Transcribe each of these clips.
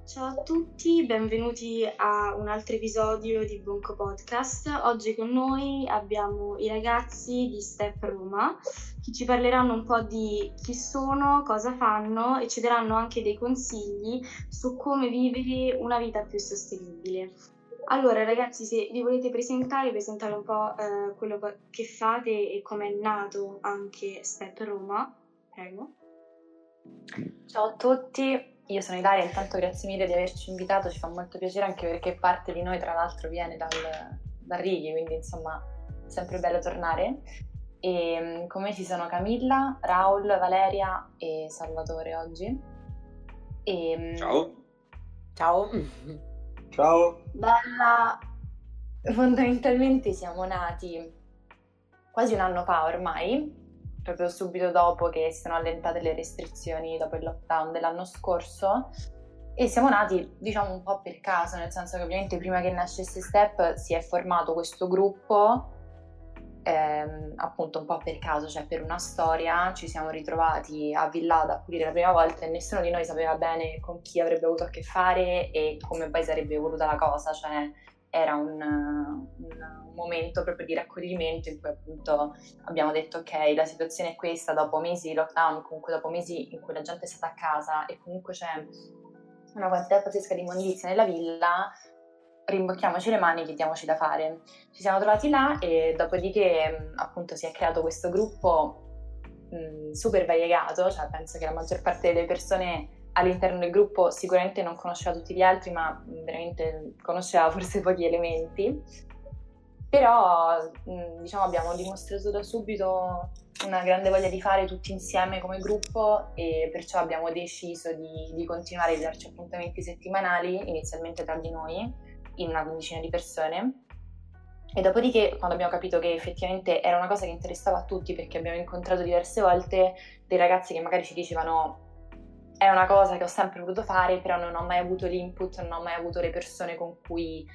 Ciao a tutti, benvenuti a un altro episodio di Bonco Podcast. Oggi con noi abbiamo i ragazzi di Step Roma che ci parleranno un po' di chi sono, cosa fanno e ci daranno anche dei consigli su come vivere una vita più sostenibile. Allora ragazzi, se vi volete presentare un po' quello che fate e come è nato anche Step Roma, prego. Ciao a tutti, io sono Ilaria, intanto grazie mille di averci invitato, ci fa molto piacere anche perché parte di noi tra l'altro viene da Righi, quindi insomma è sempre bello tornare. E con me ci sono Camilla, Raul, Valeria e Salvatore oggi. Ciao. Ciao. Ciao. Bella. Fondamentalmente siamo nati quasi un anno fa ormai, proprio subito dopo che si sono allentate le restrizioni dopo il lockdown dell'anno scorso, e siamo nati diciamo un po' per caso, nel senso che ovviamente prima che nascesse Step si è formato questo gruppo appunto un po' per caso, cioè per una storia ci siamo ritrovati a Villada a pulire la prima volta e nessuno di noi sapeva bene con chi avrebbe avuto a che fare e come poi sarebbe evoluta la cosa, cioè era un momento proprio di raccoglimento in cui appunto abbiamo detto ok, la situazione è questa, dopo mesi di lockdown, comunque dopo mesi in cui la gente è stata a casa e comunque c'è una quantità pazzesca di immondizia nella villa, rimbocchiamoci le maniche e diamoci da fare. Ci siamo trovati là e dopodiché appunto si è creato questo gruppo super variegato, cioè penso che la maggior parte delle persone all'interno del gruppo sicuramente non conosceva tutti gli altri, ma veramente conosceva forse pochi elementi, però diciamo abbiamo dimostrato da subito una grande voglia di fare tutti insieme come gruppo e perciò abbiamo deciso di continuare a darci appuntamenti settimanali, inizialmente tra di noi, in una quindicina di persone, e dopodiché quando abbiamo capito che effettivamente era una cosa che interessava a tutti, perché abbiamo incontrato diverse volte dei ragazzi che magari ci dicevano è una cosa che ho sempre voluto fare però non ho mai avuto l'input, non ho mai avuto le persone con cui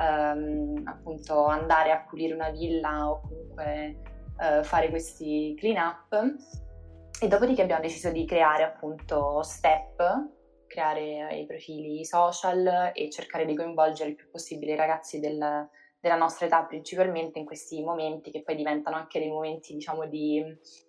appunto andare a pulire una villa o comunque fare questi clean up, e dopodiché abbiamo deciso di creare appunto Step, creare i profili social e cercare di coinvolgere il più possibile i ragazzi della nostra età, principalmente in questi momenti che poi diventano anche dei momenti diciamo di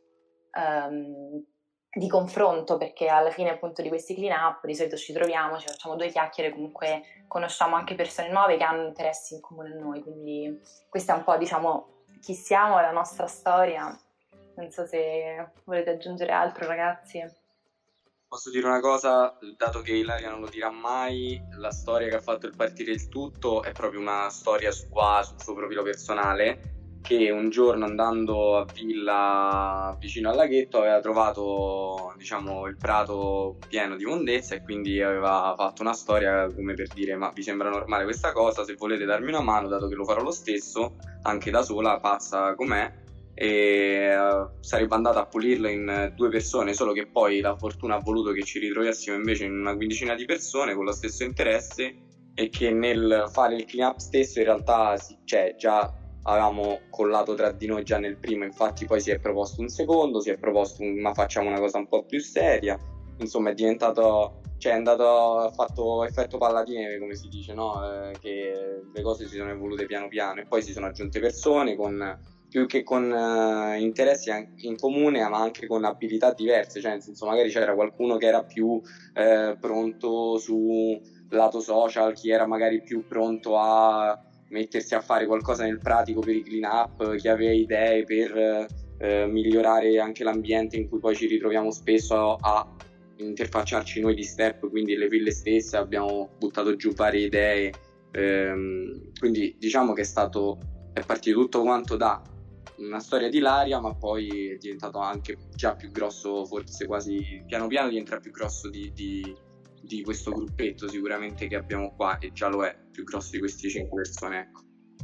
confronto, perché alla fine appunto di questi clean up di solito ci troviamo, ci facciamo due chiacchiere, comunque conosciamo anche persone nuove che hanno interessi in comune a noi, quindi questa è un po' diciamo chi siamo, la nostra storia. Non so se volete aggiungere altro, ragazzi. Posso dire una cosa, dato che Ilaria non lo dirà mai, la storia che ha fatto il partire il tutto è proprio una storia sua, sul suo profilo personale, che un giorno andando a villa vicino al laghetto aveva trovato, diciamo, il prato pieno di immondezza e quindi aveva fatto una storia come per dire ma vi sembra normale questa cosa, se volete darmi una mano, dato che lo farò lo stesso, anche da sola, pazza com'è, e sarebbe andata a pulirlo in due persone, solo che poi la fortuna ha voluto che ci ritrovassimo invece in una quindicina di persone con lo stesso interesse e che nel fare il clean up stesso in realtà cioè, già avevamo collato tra di noi già nel primo, infatti poi si è proposto un secondo, si è proposto ma facciamo una cosa un po' più seria, insomma è diventato, cioè è andato, ha fatto effetto palla di neve come si dice, no? Che le cose si sono evolute piano piano e poi si sono aggiunte persone con più che con interessi in comune, ma anche con abilità diverse, cioè nel senso magari c'era qualcuno che era più pronto sul lato social, chi era magari più pronto a mettersi a fare qualcosa nel pratico per i clean up, chi aveva idee per migliorare anche l'ambiente in cui poi ci ritroviamo spesso a interfacciarci noi di Step, quindi le ville stesse abbiamo buttato giù varie idee, quindi diciamo che è partito tutto quanto da una storia di Ilaria, ma poi è diventato anche già più grosso, forse quasi piano piano diventerà più grosso di questo gruppetto sicuramente che abbiamo qua, e già lo è più grosso di questi 5 persone, ecco.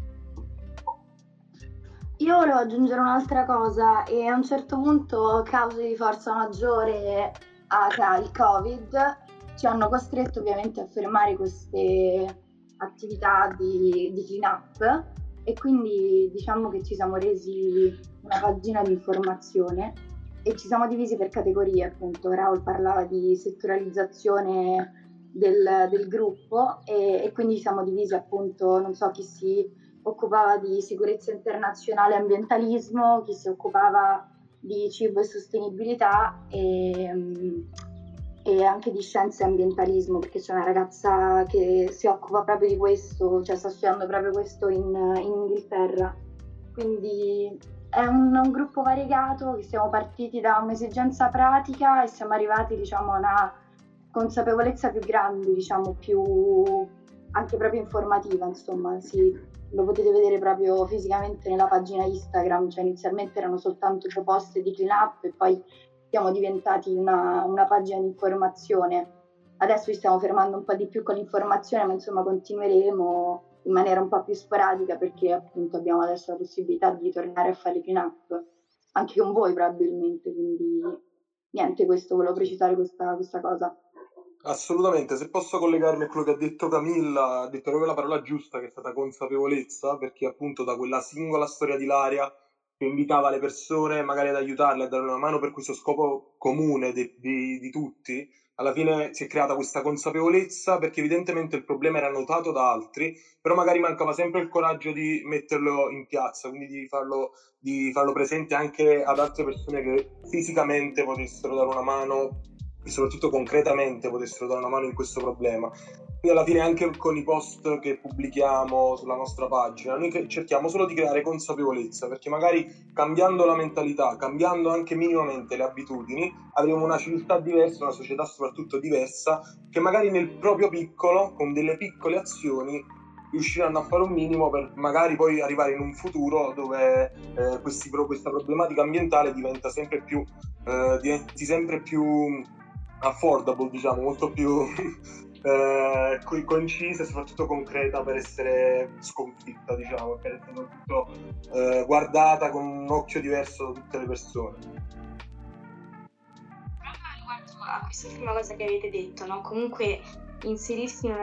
Io volevo aggiungere un'altra cosa e a un certo punto cause di forza maggiore il Covid ci hanno costretto ovviamente a fermare queste attività di clean up e quindi diciamo che ci siamo resi una pagina di informazione e ci siamo divisi per categorie, appunto. Raul parlava di settorializzazione del gruppo e quindi ci siamo divisi appunto, non so, chi si occupava di sicurezza internazionale e ambientalismo, chi si occupava di cibo e sostenibilità e anche di scienze e ambientalismo, perché c'è una ragazza che si occupa proprio di questo, cioè sta studiando proprio questo in Inghilterra. Quindi è un gruppo variegato che siamo partiti da un'esigenza pratica e siamo arrivati, diciamo, a una consapevolezza più grande, diciamo, più anche proprio informativa, insomma, lo potete vedere proprio fisicamente nella pagina Instagram, cioè inizialmente erano soltanto proposte di clean up e poi siamo diventati una pagina di informazione. Adesso ci stiamo fermando un po' di più con l'informazione, ma insomma continueremo in maniera un po' più sporadica perché appunto abbiamo adesso la possibilità di tornare a fare clean up anche con voi probabilmente, quindi niente, questo volevo precisare questa cosa. Assolutamente, se posso collegarmi a quello che ha detto Camilla, ha detto proprio la parola giusta che è stata consapevolezza, perché appunto da quella singola storia di Ilaria che invitava le persone magari ad aiutarle, a dare una mano per questo scopo comune di tutti, alla fine si è creata questa consapevolezza perché evidentemente il problema era notato da altri, però magari mancava sempre il coraggio di metterlo in piazza, quindi di farlo presente anche ad altre persone che fisicamente potessero dare una mano e soprattutto concretamente potessero dare una mano in questo problema. Quindi alla fine anche con i post che pubblichiamo sulla nostra pagina noi cerchiamo solo di creare consapevolezza, perché magari cambiando la mentalità, cambiando anche minimamente le abitudini, avremo una civiltà diversa, una società soprattutto diversa, che magari nel proprio piccolo, con delle piccole azioni, riusciranno a fare un minimo per magari poi arrivare in un futuro dove questa problematica ambientale diventi sempre più affordable, diciamo, molto più concisa e soprattutto concreta per essere sconfitta, diciamo, per essere soprattutto guardata con un occhio diverso da tutte le persone. Riguardo a questa ultima cosa che avete detto, no? Comunque inserirsi in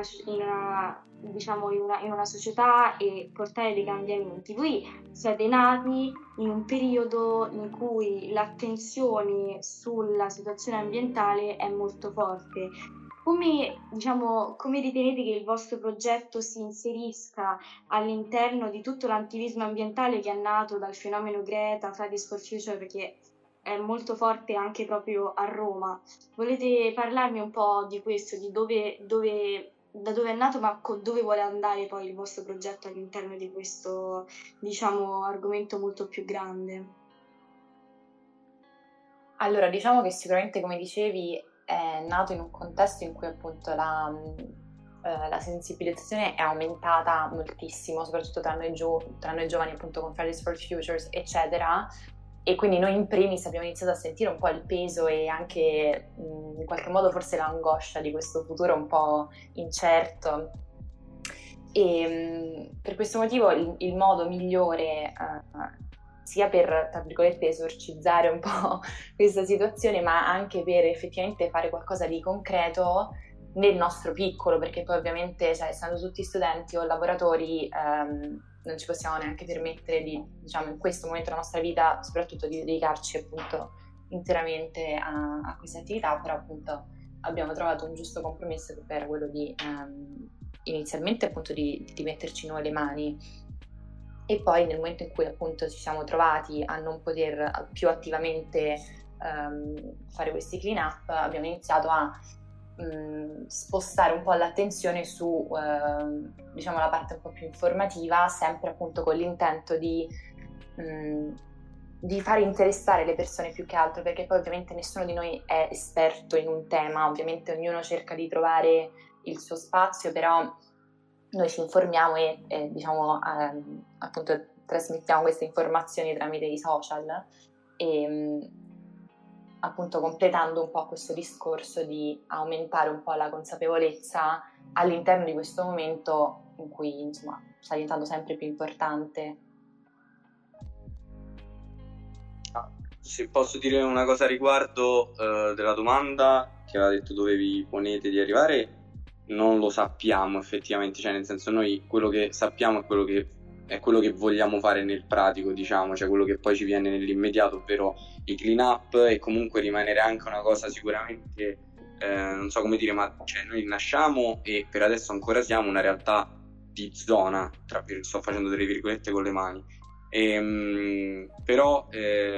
una società e portare dei cambiamenti. Voi siete nati in un periodo in cui l'attenzione sulla situazione ambientale è molto forte. Come ritenete che il vostro progetto si inserisca all'interno di tutto l'attivismo ambientale che è nato dal fenomeno Greta, Fridays for Future, perché è molto forte anche proprio a Roma? Volete parlarmi un po' di questo, di da dove è nato, ma dove vuole andare poi il vostro progetto all'interno di questo, diciamo, argomento molto più grande? Allora, diciamo che sicuramente, come dicevi, è nato in un contesto in cui appunto la sensibilizzazione è aumentata moltissimo, soprattutto tra noi giovani, appunto con Fridays for Futures, eccetera. E quindi noi in primis abbiamo iniziato a sentire un po' il peso e anche in qualche modo forse l'angoscia di questo futuro un po' incerto. E per questo motivo il modo migliore sia per, tra virgolette, esorcizzare un po' questa situazione, ma anche per effettivamente fare qualcosa di concreto nel nostro piccolo, perché poi ovviamente, cioè, essendo tutti studenti o lavoratori, non ci possiamo neanche permettere di, diciamo, in questo momento della nostra vita, soprattutto di dedicarci appunto interamente a queste attività, però appunto abbiamo trovato un giusto compromesso che era quello di inizialmente appunto di metterci noi le mani, e poi nel momento in cui appunto ci siamo trovati a non poter più attivamente fare questi clean up, abbiamo iniziato a spostare un po' l'attenzione su diciamo la parte un po' più informativa, sempre appunto con l'intento di fare interessare le persone più che altro, perché poi ovviamente nessuno di noi è esperto in un tema, ovviamente ognuno cerca di trovare il suo spazio, però noi ci informiamo e diciamo appunto trasmettiamo queste informazioni tramite i social e appunto completando un po' questo discorso di aumentare un po' la consapevolezza all'interno di questo momento in cui insomma sta diventando sempre più importante. Se posso dire una cosa a riguardo della domanda che aveva detto dove vi ponete di arrivare, non lo sappiamo effettivamente, cioè nel senso noi quello che sappiamo è quello che vogliamo fare nel pratico, diciamo, cioè quello che poi ci viene nell'immediato, ovvero i clean up, e comunque rimanere anche una cosa sicuramente non so come dire, ma cioè, noi nasciamo e per adesso ancora siamo una realtà di zona, sto facendo delle virgolette con le mani, però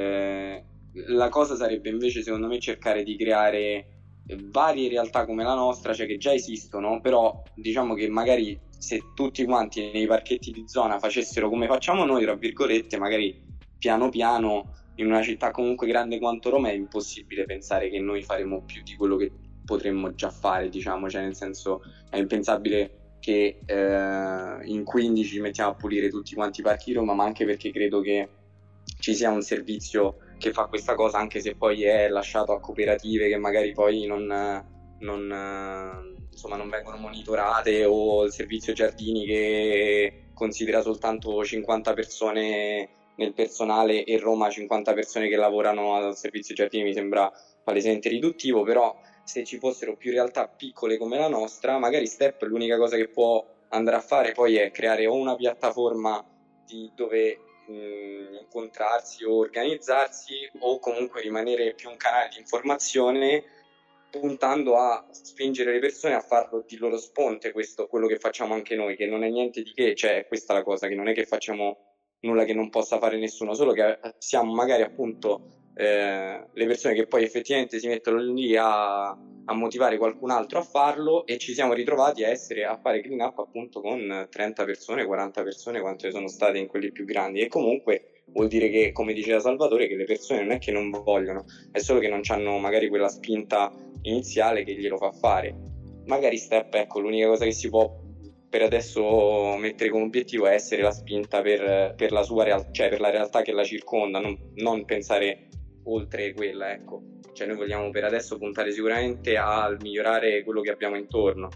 la cosa sarebbe invece secondo me cercare di creare varie realtà come la nostra, cioè che già esistono, però diciamo che magari se tutti quanti nei parchetti di zona facessero come facciamo noi, tra virgolette, magari piano piano in una città comunque grande quanto Roma è impossibile pensare che noi faremo più di quello che potremmo già fare, diciamo, cioè nel senso è impensabile che in 15 mettiamo a pulire tutti quanti i parchi di Roma, ma anche perché credo che ci sia un servizio che fa questa cosa, anche se poi è lasciato a cooperative che magari poi non vengono monitorate, o il servizio giardini che considera soltanto 50 persone nel personale e Roma 50 persone che lavorano al servizio giardini. Mi sembra palesemente riduttivo, però se ci fossero più realtà piccole come la nostra, magari Step l'unica cosa che può andare a fare poi è creare o una piattaforma dove incontrarsi o organizzarsi, o comunque rimanere più un canale di informazione, puntando a spingere le persone a farlo di loro sponte, quello che facciamo anche noi, che non è niente di che, cioè questa è la cosa, che non è che facciamo nulla che non possa fare nessuno, solo che siamo magari appunto le persone che poi effettivamente si mettono lì a motivare qualcun altro a farlo, e ci siamo ritrovati a fare clean up appunto con 30 persone, 40 persone, quante sono state in quelli più grandi, e comunque vuol dire che, come diceva Salvatore, che le persone non è che non vogliono, è solo che non hanno magari quella spinta iniziale che glielo fa fare. Magari Step, ecco, l'unica cosa che si può per adesso mettere come obiettivo è essere la spinta per la sua realtà, cioè per la realtà che la circonda, non pensare oltre quella, ecco. Cioè noi vogliamo per adesso puntare sicuramente al migliorare quello che abbiamo intorno,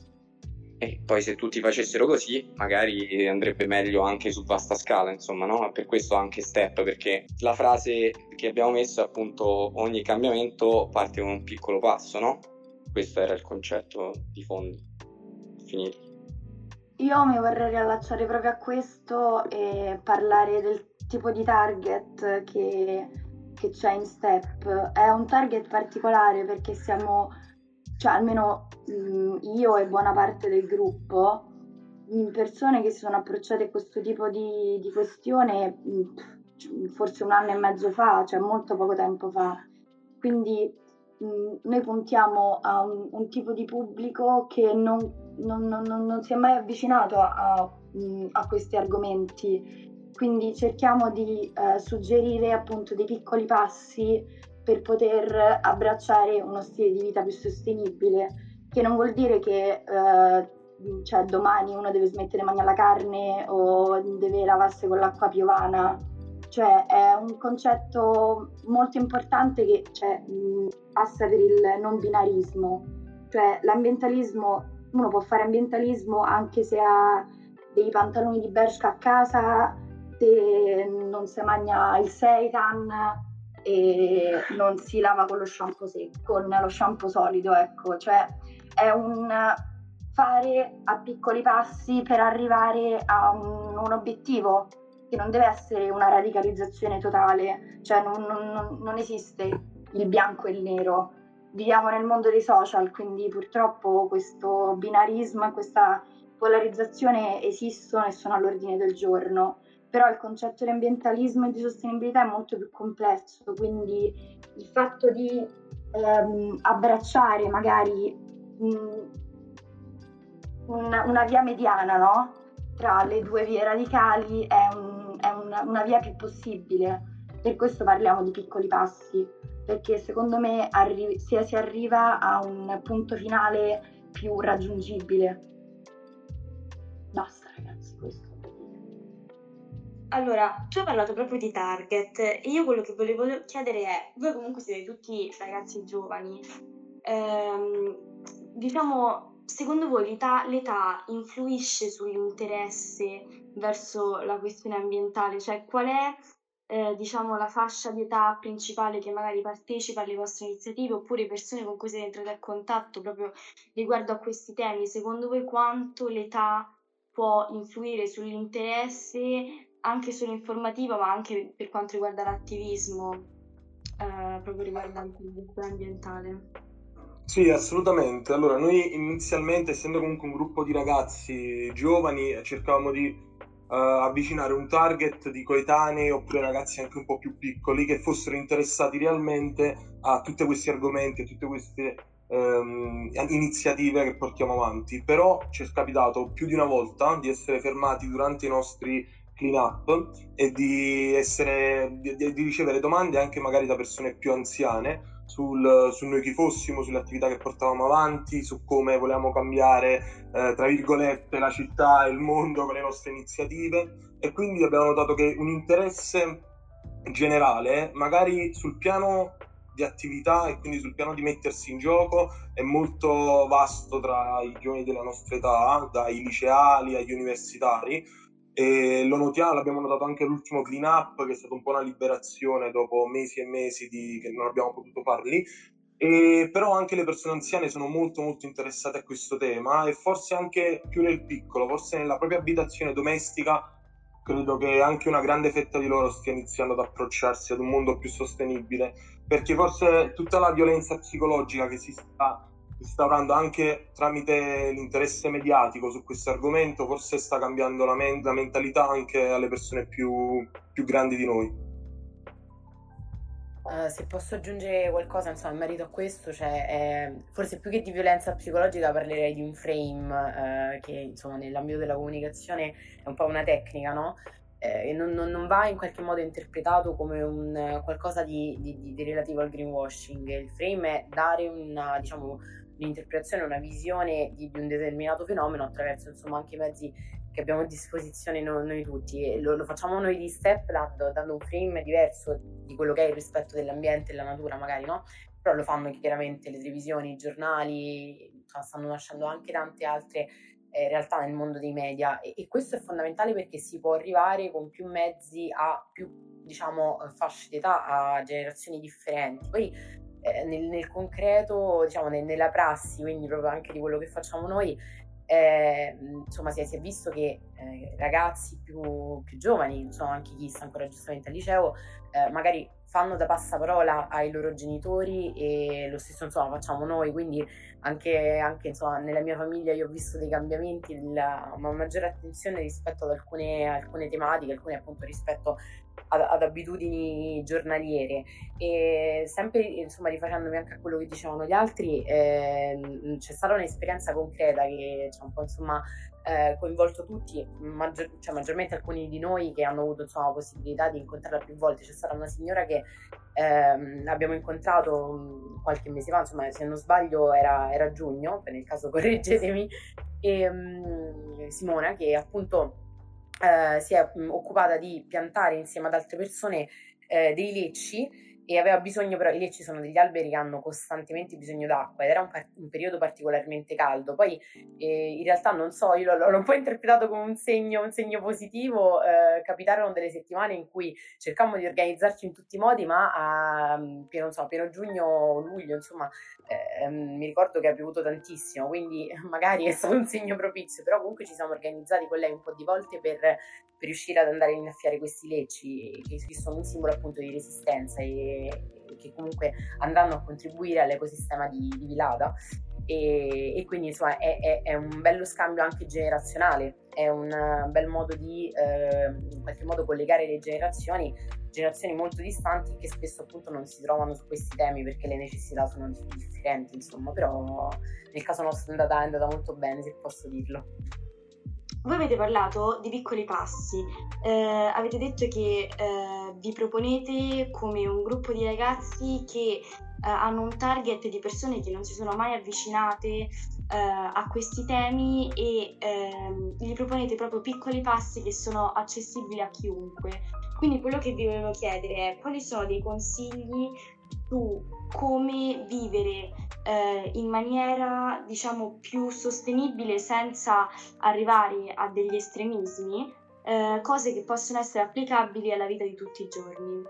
e poi se tutti facessero così magari andrebbe meglio anche su vasta scala, insomma, no? Per questo anche Step, perché la frase che abbiamo messo è appunto ogni cambiamento parte con un piccolo passo, no? Questo era il concetto di fondo. Finito. Io mi vorrei riallacciare proprio a questo e parlare del tipo di target che c'è in Step. È un target particolare perché siamo, cioè almeno io e buona parte del gruppo, persone che si sono approcciate a questo tipo di questione forse 1 anno e mezzo fa, cioè molto poco tempo fa. Quindi noi puntiamo a un tipo di pubblico che non si è mai avvicinato a questi argomenti, quindi cerchiamo di suggerire appunto dei piccoli passi per poter abbracciare uno stile di vita più sostenibile, che non vuol dire che cioè domani uno deve smettere di mangiare la carne o deve lavarsi con l'acqua piovana. Cioè è un concetto molto importante che passa per il non binarismo, cioè l'ambientalismo, uno può fare ambientalismo anche se ha dei pantaloni di Bershka a casa, se non si mangia il seitan e non si lava con lo shampoo solido, ecco, cioè è un fare a piccoli passi per arrivare a un obiettivo che non deve essere una radicalizzazione totale, cioè non esiste il bianco e il nero. Viviamo nel mondo dei social, quindi purtroppo questo binarismo e questa polarizzazione esistono e sono all'ordine del giorno, però il concetto di ambientalismo e di sostenibilità è molto più complesso, quindi il fatto di abbracciare magari una via mediana, no? Tra le due vie radicali è una via più possibile. Per questo parliamo di piccoli passi, perché secondo me si arriva a un punto finale più raggiungibile. Basta ragazzi, questo. Allora, tu hai parlato proprio di target e io quello che volevo chiedere è, voi comunque siete tutti ragazzi giovani, diciamo, secondo voi l'età influisce sull'interesse verso la questione ambientale? Cioè qual è diciamo la fascia di età principale che magari partecipa alle vostre iniziative, oppure persone con cui siete entrati a contatto proprio riguardo a questi temi? Secondo voi quanto l'età può influire sull'interesse anche solo informativo, ma anche per quanto riguarda l'attivismo proprio riguardante il questione ambientale? Sì, assolutamente. Allora, noi inizialmente, essendo comunque un gruppo di ragazzi giovani, cercavamo di avvicinare un target di coetanei oppure ragazzi anche un po' più piccoli che fossero interessati realmente a tutti questi argomenti, a tutte queste iniziative che portiamo avanti. Però ci è capitato più di una volta di essere fermati durante i nostri clean up e di ricevere domande anche magari da persone più anziane su noi chi fossimo, sulle attività che portavamo avanti, su come volevamo cambiare, tra virgolette, la città e il mondo con le nostre iniziative, e quindi abbiamo notato che un interesse generale, magari sul piano di attività e quindi sul piano di mettersi in gioco, è molto vasto tra i giovani della nostra età, dai liceali agli universitari, e l'abbiamo notato anche all'ultimo clean up, che è stata un po' una liberazione dopo mesi e mesi che non abbiamo potuto farli. Però anche le persone anziane sono molto molto interessate a questo tema, e forse anche più nel piccolo, forse nella propria abitazione domestica. Credo che anche una grande fetta di loro stia iniziando ad approcciarsi ad un mondo più sostenibile, perché forse tutta la violenza psicologica che si sta instaurando anche tramite l'interesse mediatico su questo argomento forse sta cambiando la mentalità anche alle persone più grandi di noi. Se posso aggiungere qualcosa, insomma, in merito a questo, cioè, forse più che di violenza psicologica parlerei di un frame che, insomma, nell'ambito della comunicazione è un po' una tecnica, no? E non va in qualche modo interpretato come un qualcosa di relativo al greenwashing. Il frame è dare diciamo, un'interpretazione, una visione di un determinato fenomeno attraverso, insomma, anche i mezzi che abbiamo a disposizione noi tutti, e lo facciamo noi di Step dando un frame diverso di quello che è il rispetto dell'ambiente e della natura, magari, no? Però lo fanno chiaramente le televisioni, i giornali, insomma, stanno nascendo anche tante altre realtà nel mondo dei media, e questo è fondamentale perché si può arrivare con più mezzi a più, diciamo, fasce d'età, a generazioni differenti. Poi nel concreto, diciamo, nella prassi, quindi proprio anche di quello che facciamo noi, insomma, si è visto che ragazzi più giovani, insomma, anche chi sta ancora giustamente al liceo, magari fanno da passaparola ai loro genitori, e lo stesso, insomma, facciamo noi. Quindi anche insomma, nella mia famiglia io ho visto dei cambiamenti, una maggiore attenzione rispetto ad alcune tematiche, alcune appunto rispetto ad abitudini giornaliere. E sempre, insomma, rifacendomi anche a quello che dicevano gli altri, c'è stata un'esperienza concreta che ci ha un po', insomma, coinvolto tutti, maggiormente alcuni di noi che hanno avuto, insomma, la possibilità di incontrarla più volte. C'è stata una signora che abbiamo incontrato qualche mese fa, insomma, se non sbaglio era giugno, nel caso correggetemi, e Simona, che appunto si è occupata di piantare insieme ad altre persone dei lecci, e aveva bisogno, però i lecci sono degli alberi che hanno costantemente bisogno d'acqua, ed era un periodo particolarmente caldo. Poi in realtà non so, io l'ho un po' interpretato come un segno positivo. Capitarono delle settimane in cui cercammo di organizzarci in tutti i modi, ma a pieno giugno, luglio, insomma, mi ricordo che ha piovuto tantissimo, quindi magari è stato un segno propizio. Però comunque ci siamo organizzati con lei un po' di volte per riuscire ad andare a innaffiare questi lecci, che sono un simbolo appunto di resistenza, e che comunque andranno a contribuire all'ecosistema di Vilada. E quindi, insomma, è un bello scambio anche generazionale, è un bel modo di in qualche modo collegare le generazioni molto distanti, che spesso appunto non si trovano su questi temi perché le necessità sono differenti, insomma. Però nel caso nostro è andata molto bene, se posso dirlo. Voi avete parlato di piccoli passi, avete detto che vi proponete come un gruppo di ragazzi che hanno un target di persone che non si sono mai avvicinate a questi temi, e gli proponete proprio piccoli passi che sono accessibili a chiunque. Quindi quello che vi volevo chiedere è: quali sono dei consigli su come vivere in maniera, diciamo, più sostenibile senza arrivare a degli estremismi, cose che possono essere applicabili alla vita di tutti i giorni?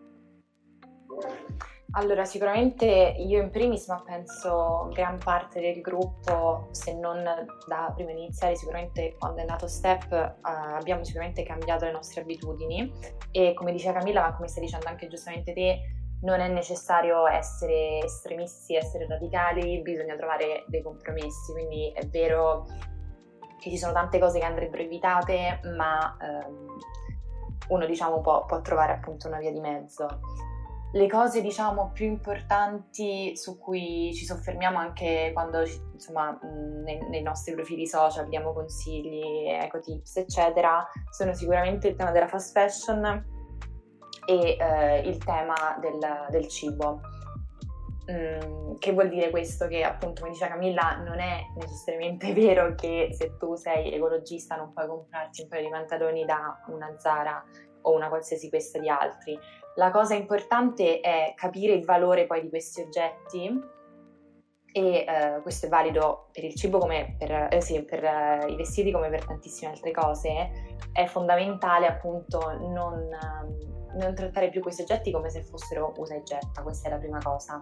Allora, sicuramente io in primis, ma penso gran parte del gruppo, se non da prima iniziale, sicuramente quando è nato Step, abbiamo sicuramente cambiato le nostre abitudini, e come diceva Camilla, ma come stai dicendo anche giustamente te, non è necessario essere estremisti, essere radicali, bisogna trovare dei compromessi, quindi è vero che ci sono tante cose che andrebbero evitate, ma uno diciamo può trovare appunto una via di mezzo. Le cose diciamo più importanti su cui ci soffermiamo anche quando insomma nei nostri profili social diamo consigli, eco tips eccetera, sono sicuramente il tema della fast fashion e il tema del cibo. Che vuol dire questo? Che appunto, come diceva Camilla, non è necessariamente vero che se tu sei ecologista non puoi comprarti un paio di pantaloni da una Zara o una qualsiasi questa di altri. La cosa importante è capire il valore poi di questi oggetti e questo è valido per il cibo come per i vestiti come per tantissime altre cose. È fondamentale appunto non trattare più questi oggetti come se fossero usa e getta, questa è la prima cosa.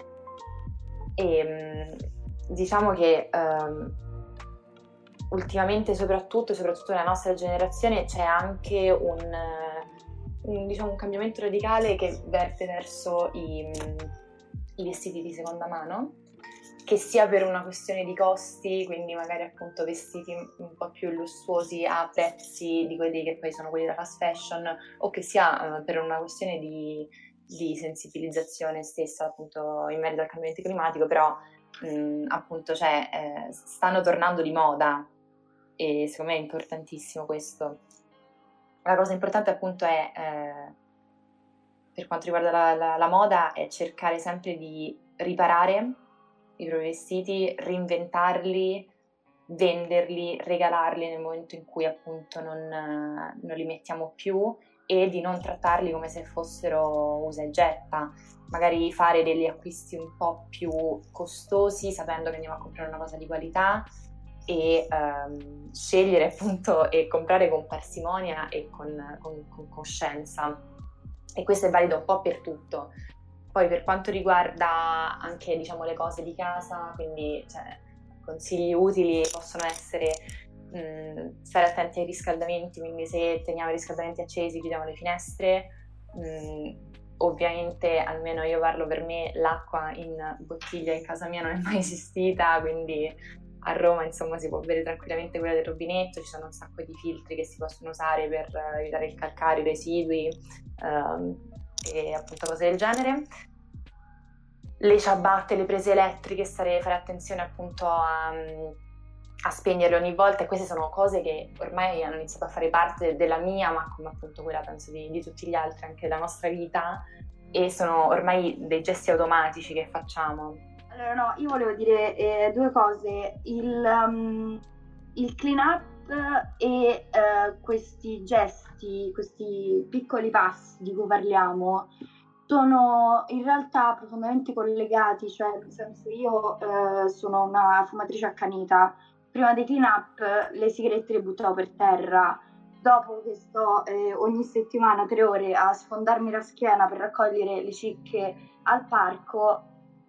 E diciamo che ultimamente soprattutto nella nostra generazione c'è anche un cambiamento radicale che verte verso i vestiti di seconda mano, che sia per una questione di costi, quindi magari appunto vestiti un po' più lussuosi a prezzi di quelli che poi sono quelli da fast fashion, o che sia per una questione di sensibilizzazione stessa appunto in merito al cambiamento climatico, però appunto stanno tornando di moda e secondo me è importantissimo questo. La cosa importante appunto è per quanto riguarda la moda è cercare sempre di riparare i propri vestiti, reinventarli, venderli, regalarli nel momento in cui appunto non li mettiamo più, e di non trattarli come se fossero usa e getta, magari fare degli acquisti un po' più costosi sapendo che andiamo a comprare una cosa di qualità e scegliere appunto e comprare con parsimonia e con coscienza, e questo è valido un po' per tutto. Poi per quanto riguarda anche diciamo le cose di casa, quindi consigli utili possono essere stare attenti ai riscaldamenti, quindi se teniamo i riscaldamenti accesi chiudiamo le finestre. Ovviamente, almeno io parlo per me, l'acqua in bottiglia in casa mia non è mai esistita, quindi a Roma insomma si può bere tranquillamente quella del rubinetto, ci sono un sacco di filtri che si possono usare per evitare il calcare, i residui e appunto cose del genere. Le ciabatte, le prese elettriche, fare attenzione appunto a spegnerle ogni volta, e queste sono cose che ormai hanno iniziato a fare parte della mia, ma come appunto quella penso di tutti gli altri, anche della nostra vita, e sono ormai dei gesti automatici che facciamo. Allora no, io volevo dire due cose. Il clean up e questi gesti, questi piccoli passi di cui parliamo sono in realtà profondamente collegati, cioè nel senso io sono una fumatrice accanita. Prima dei clean up le sigarette le buttavo per terra, dopo che sto ogni settimana 3 ore a sfondarmi la schiena per raccogliere le cicche al parco,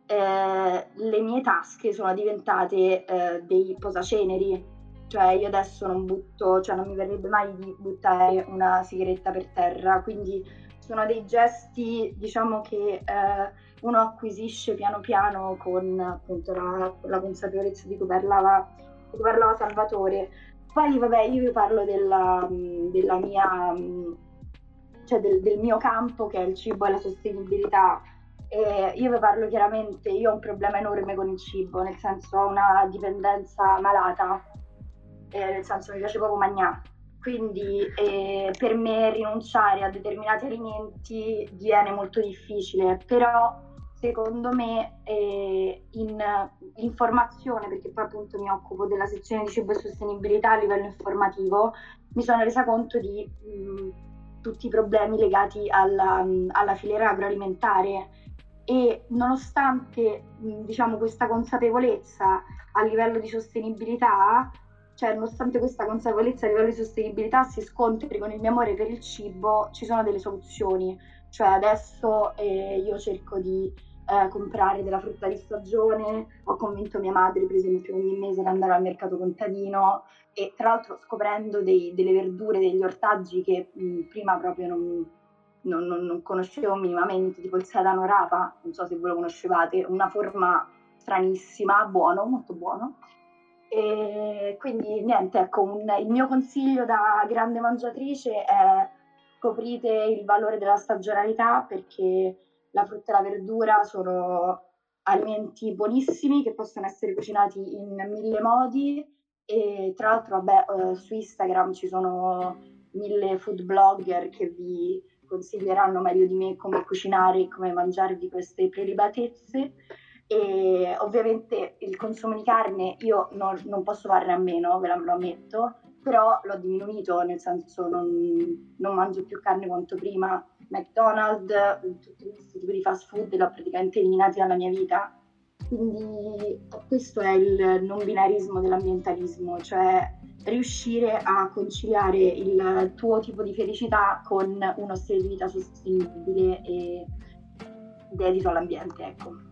le mie tasche sono diventate dei posaceneri, cioè io adesso non mi verrebbe mai di buttare una sigaretta per terra, quindi sono dei gesti diciamo che uno acquisisce piano piano con appunto la consapevolezza di cui parlava Salvatore. Poi vabbè, io vi parlo della mia, cioè del mio campo, che è il cibo e la sostenibilità. Io vi parlo chiaramente, io ho un problema enorme con il cibo, nel senso ho una dipendenza malata, nel senso mi piace proprio mangiare. Quindi per me rinunciare a determinati alimenti diviene molto difficile, però secondo me in informazione, perché poi appunto mi occupo della sezione di cibo e sostenibilità a livello informativo, mi sono resa conto di tutti i problemi legati alla filiera agroalimentare, e nonostante diciamo questa consapevolezza a livello di sostenibilità, cioè nonostante questa consapevolezza a livello di sostenibilità si scontri con il mio amore per il cibo, ci sono delle soluzioni. Cioè adesso io cerco di comprare della frutta di stagione, ho convinto mia madre per esempio ogni mese ad andare al mercato contadino, e tra l'altro scoprendo delle verdure, degli ortaggi che prima proprio non conoscevo minimamente, tipo il sedano rapa, non so se voi lo conoscevate, una forma stranissima, buono, molto buono. E quindi niente, ecco, il mio consiglio da grande mangiatrice è scoprite il valore della stagionalità, perché la frutta e la verdura sono alimenti buonissimi che possono essere cucinati in 1000 modi, e tra l'altro vabbè, su Instagram ci sono 1000 food blogger che vi consiglieranno meglio di me come cucinare e come mangiarvi queste prelibatezze. E ovviamente il consumo di carne io non posso farne a meno, ve lo ammetto, però l'ho diminuito, nel senso non mangio più carne quanto prima. McDonald's, tutti questi tipi di fast food li ho praticamente eliminati dalla mia vita. Quindi questo è il non binarismo dell'ambientalismo, cioè riuscire a conciliare il tuo tipo di felicità con uno stile di vita sostenibile e dedito all'ambiente, ecco.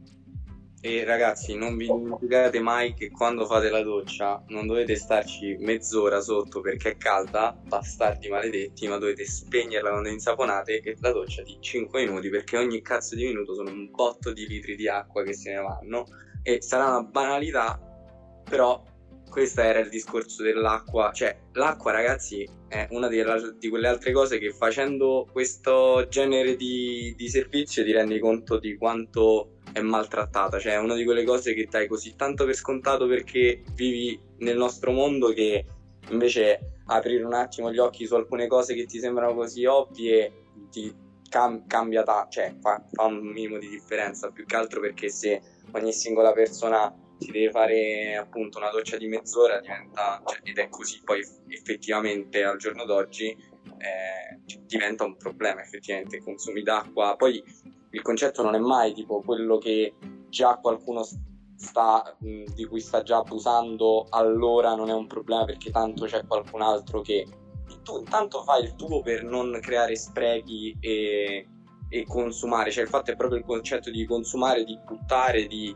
E ragazzi, non vi dimenticate mai che quando fate la doccia non dovete starci mezz'ora sotto perché è calda, bastardi maledetti, ma dovete spegnerla quando insaponate, e la doccia di 5 minuti, perché ogni cazzo di minuto sono un botto di litri di acqua che se ne vanno. E sarà una banalità, però questo era il discorso dell'acqua. Cioè, l'acqua, ragazzi, è una di quelle altre cose che facendo questo genere di servizio ti rendi conto di quanto è maltrattata. Cioè, è una di quelle cose che dai così tanto per scontato perché vivi nel nostro mondo, che invece aprire un attimo gli occhi su alcune cose che ti sembrano così ovvie ti cambia, cioè fa un minimo di differenza, più che altro perché se ogni singola persona si deve fare appunto una doccia di mezz'ora diventa, cioè, ed è così poi effettivamente al giorno d'oggi, diventa un problema effettivamente i consumi d'acqua. Poi il concetto non è mai tipo quello che già qualcuno di cui sta già abusando, allora non è un problema perché tanto c'è qualcun altro che tu intanto fai il tuo per non creare sprechi e consumare. Cioè il fatto è proprio il concetto di consumare, di buttare, di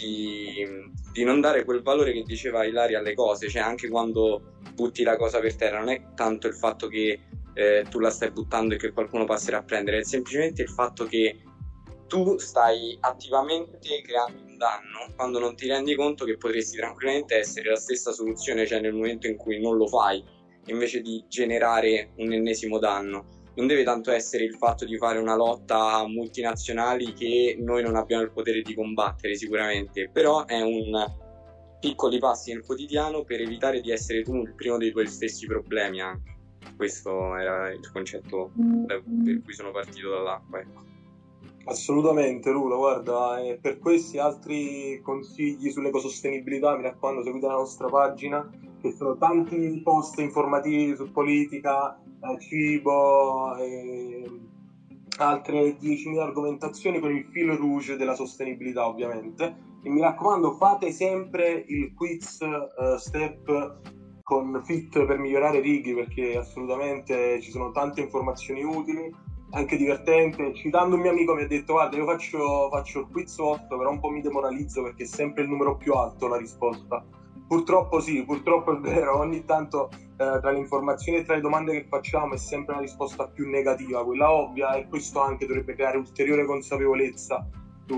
non dare quel valore che diceva Ilaria alle cose. Cioè anche quando butti la cosa per terra non è tanto il fatto che tu la stai buttando e che qualcuno passerà a prendere, è semplicemente il fatto che tu stai attivamente creando un danno quando non ti rendi conto che potresti tranquillamente essere la stessa soluzione, cioè nel momento in cui non lo fai, invece di generare un ennesimo danno. Non deve tanto essere il fatto di fare una lotta a multinazionali che noi non abbiamo il potere di combattere sicuramente, però è un piccoli passi nel quotidiano per evitare di essere tu il primo dei tuoi stessi problemi anche. Questo era il concetto per cui sono partito dall'acqua, ecco. Assolutamente, Lula, guarda, per questi altri consigli sull'ecosostenibilità mi raccomando seguite la nostra pagina, che sono tanti post informativi su politica, cibo e altre 10.000 argomentazioni con il filo rouge della sostenibilità ovviamente. E mi raccomando, fate sempre il quiz step con Fit per migliorare Righi, perché assolutamente ci sono tante informazioni utili, anche divertente. Citando un mio amico mi ha detto guarda, io faccio il quiz 8, però un po' mi demoralizzo perché è sempre il numero più alto la risposta. Purtroppo sì, purtroppo è vero, ogni tanto tra le informazioni e tra le domande che facciamo è sempre la risposta più negativa, quella ovvia, e questo anche dovrebbe creare ulteriore consapevolezza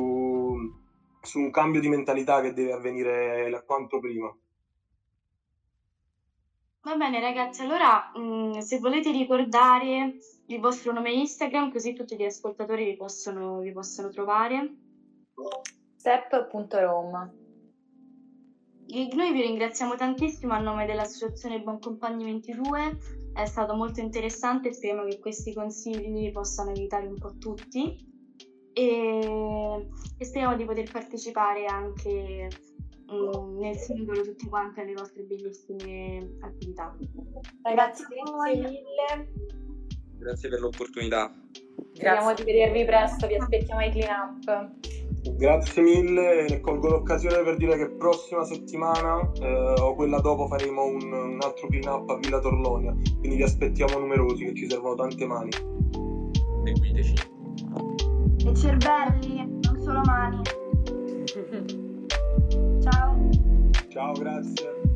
su un cambio di mentalità che deve avvenire quanto prima. Va bene ragazzi, allora se volete ricordare il vostro nome Instagram, così tutti gli ascoltatori vi possono trovare. Step.Rome. Noi vi ringraziamo tantissimo a nome dell'associazione Buoncompagni 22, è stato molto interessante, speriamo che questi consigli possano aiutare un po' tutti e speriamo di poter partecipare anche nel singolo tutti quanti alle vostre bellissime attività. Ragazzi, grazie mille. Grazie per l'opportunità. Speriamo di vedervi presto, vi aspettiamo ai clean up. Grazie mille, e colgo l'occasione per dire che prossima settimana o quella dopo faremo un altro clean up a Villa Torlonia, quindi vi aspettiamo numerosi, che ci servono tante mani. Seguiteci. E cervelli, non solo mani. Ciao. Ciao, grazie.